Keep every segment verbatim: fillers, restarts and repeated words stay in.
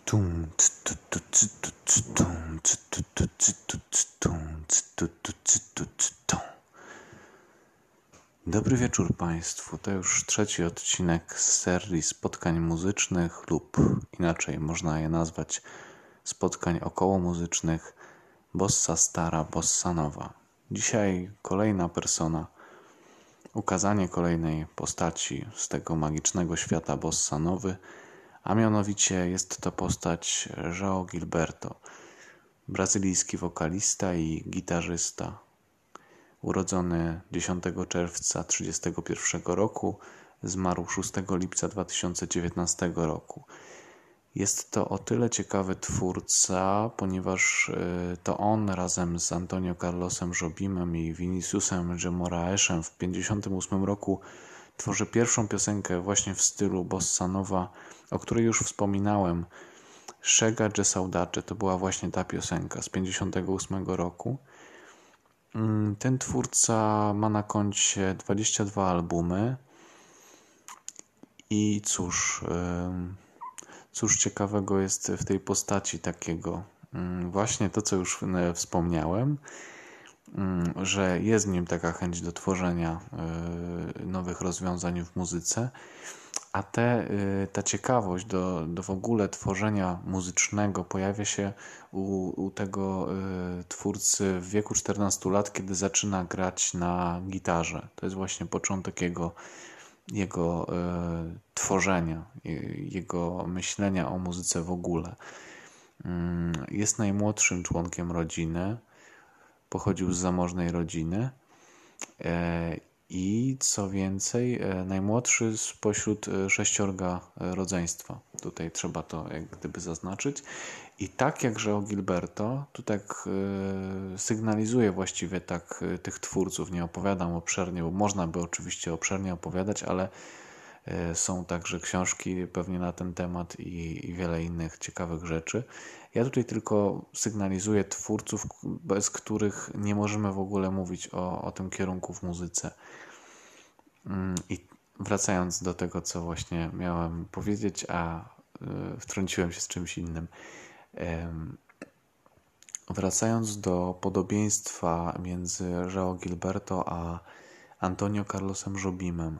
Tum, ts, tu, tu, ts, tu, ts, tum, ts, tu, tu, ts, tu, ts, tum, ts, tu, tu, ts, tu, ts, tum. Dobry wieczór Państwu. To już trzeci odcinek z serii spotkań muzycznych lub inaczej można je nazwać spotkań okołomuzycznych Bossa Stara, Bossa Nowa. Dzisiaj kolejna persona, ukazanie kolejnej postaci z tego magicznego świata Bossa Nowy, a mianowicie jest to postać João Gilberto, brazylijski wokalista i gitarzysta, urodzony dziesiątego czerwca trzydziestego pierwszego roku, zmarł szóstego lipca dwa tysiące dziewiętnastego roku. Jest to o tyle ciekawy twórca, ponieważ to on razem z Antonio Carlosem Jobimem i Viniciusem de Moraesem w tysiąc dziewięćset pięćdziesiątym ósmym roku tworzy pierwszą piosenkę właśnie w stylu bossa nova, o której już wspominałem. Chega de Saudade to była właśnie ta piosenka z tysiąc dziewięćset pięćdziesiątego ósmego roku. Ten twórca ma na koncie dwadzieścia dwa albumy i cóż, cóż ciekawego jest w tej postaci takiego. Właśnie to, co już wspomniałem, że jest w nim taka chęć do tworzenia nowych rozwiązań w muzyce, a te, ta ciekawość do, do w ogóle tworzenia muzycznego pojawia się u, u tego twórcy w wieku czternastu lat, kiedy zaczyna grać na gitarze. To jest właśnie początek jego, jego tworzenia, jego myślenia o muzyce w ogóle. Jest najmłodszym członkiem rodziny, pochodził z zamożnej rodziny i co więcej, najmłodszy spośród sześciorga rodzeństwa. Tutaj trzeba to jak gdyby zaznaczyć. I tak jak João Gilberto, tu tak sygnalizuje właściwie tak tych twórców. Nie opowiadam obszernie, bo można by oczywiście obszernie opowiadać, ale są także książki pewnie na ten temat i, i wiele innych ciekawych rzeczy. Ja tutaj tylko sygnalizuję twórców, bez których nie możemy w ogóle mówić o, o tym kierunku w muzyce. I wracając do tego, co właśnie miałem powiedzieć, a wtrąciłem się z czymś innym. Wracając do podobieństwa między João Gilberto a Antonio Carlosem Jobimem.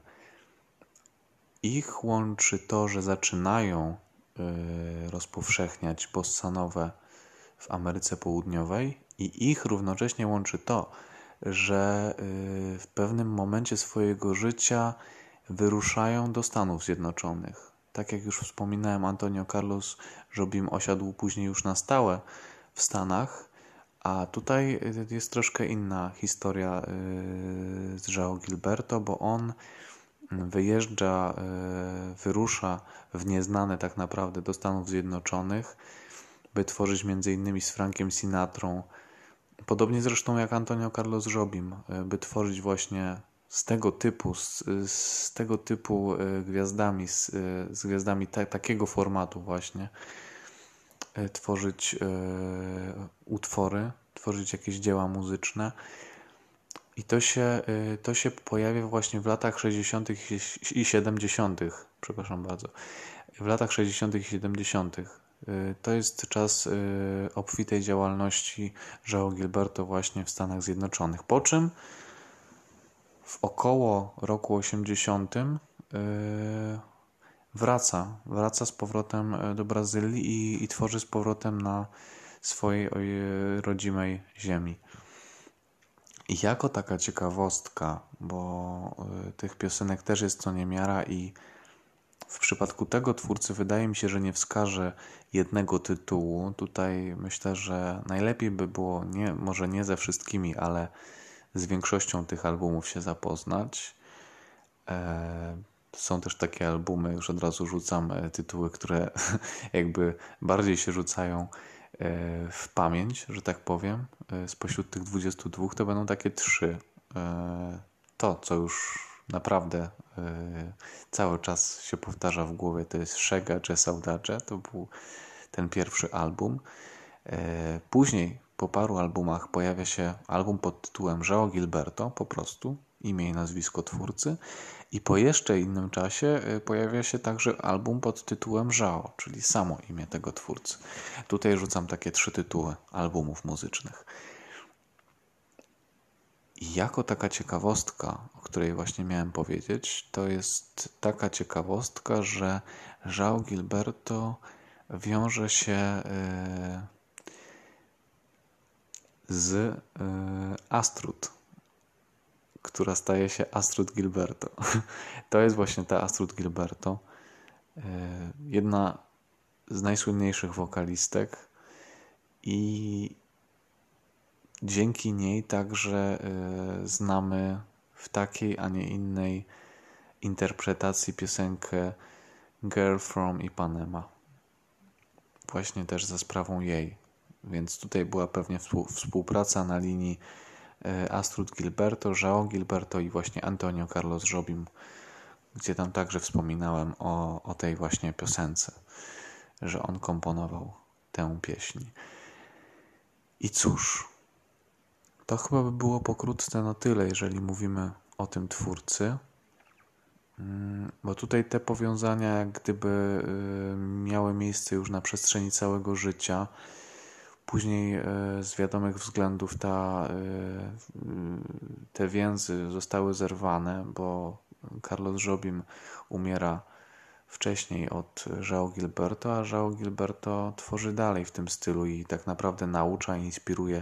Ich łączy to, że zaczynają rozpowszechniać bossa nove w Ameryce Południowej i ich równocześnie łączy to, że w pewnym momencie swojego życia wyruszają do Stanów Zjednoczonych. Tak jak już wspominałem, Antonio Carlos Jobim osiadł później już na stałe w Stanach, a tutaj jest troszkę inna historia z João Gilberto, bo on wyjeżdża, wyrusza w nieznane tak naprawdę do Stanów Zjednoczonych, by tworzyć między innymi z Frankiem Sinatrą, podobnie zresztą jak Antonio Carlos Jobim, by tworzyć właśnie z tego typu, z, z tego typu gwiazdami, z, z gwiazdami ta, takiego formatu właśnie, tworzyć e, utwory, tworzyć jakieś dzieła muzyczne. I to się, to się pojawia właśnie w latach sześćdziesiątych i siedemdziesiątych. Przepraszam bardzo. W latach sześćdziesiątych i siedemdziesiątych. To jest czas obfitej działalności João Gilberto właśnie w Stanach Zjednoczonych. Po czym w około roku osiemdziesiątym wraca, wraca z powrotem do Brazylii i, i tworzy z powrotem na swojej rodzimej ziemi. I jako taka ciekawostka, bo tych piosenek też jest co niemiara i w przypadku tego twórcy wydaje mi się, że nie wskażę jednego tytułu. Tutaj myślę, że najlepiej by było, nie, może nie ze wszystkimi, ale z większością tych albumów się zapoznać. E, są też takie albumy, już od razu rzucam tytuły, które jakby bardziej się rzucają w pamięć, że tak powiem. Spośród tych dwudziestu dwóch to będą takie trzy. To, co już naprawdę cały czas się powtarza w głowie, to jest Chega de Saudade. To był ten pierwszy album. Później po paru albumach pojawia się album pod tytułem João Gilberto po prostu imię i nazwisko twórcy. I po jeszcze innym czasie pojawia się także album pod tytułem Żao, czyli samo imię tego twórcy. Tutaj rzucam takie trzy tytuły albumów muzycznych. I jako taka ciekawostka, o której właśnie miałem powiedzieć, to jest taka ciekawostka, że João Gilberto wiąże się z Astrud, która staje się Astrud Gilberto. To jest właśnie ta Astrud Gilberto, jedna z najsłynniejszych wokalistek i dzięki niej także znamy w takiej, a nie innej interpretacji piosenkę Girl from Ipanema. Właśnie też za sprawą jej. Więc tutaj była pewnie współpraca na linii Astrud Gilberto, João Gilberto i właśnie Antonio Carlos Jobim, gdzie tam także wspominałem o, o tej właśnie piosence, że on komponował tę pieśń. I cóż, to chyba by było pokrótce na tyle, jeżeli mówimy o tym twórcy, bo tutaj te powiązania jak gdyby miały miejsce już na przestrzeni całego życia. Później z wiadomych względów ta, te więzy zostały zerwane, bo Carlos Jobim umiera wcześniej od João Gilberto, a João Gilberto tworzy dalej w tym stylu i tak naprawdę naucza i inspiruje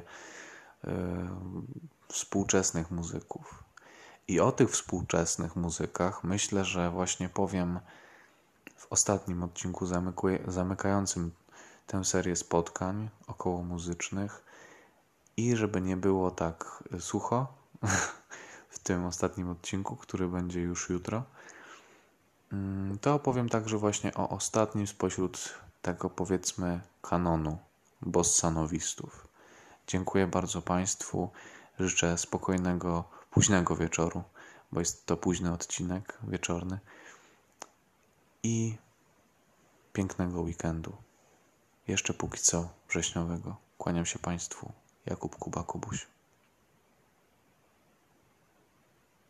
współczesnych muzyków. I o tych współczesnych muzykach myślę, że właśnie powiem w ostatnim odcinku zamykającym tę serię spotkań okołomuzycznych. I żeby nie było tak sucho w tym ostatnim odcinku, który będzie już jutro, to opowiem także właśnie o ostatnim spośród tego, powiedzmy, kanonu bossanowistów. Dziękuję bardzo Państwu. Życzę spokojnego, późnego wieczoru, bo jest to późny odcinek wieczorny, i pięknego weekendu. Jeszcze póki co wrześniowego. Kłaniam się Państwu. Jakub Kuba Kubuś.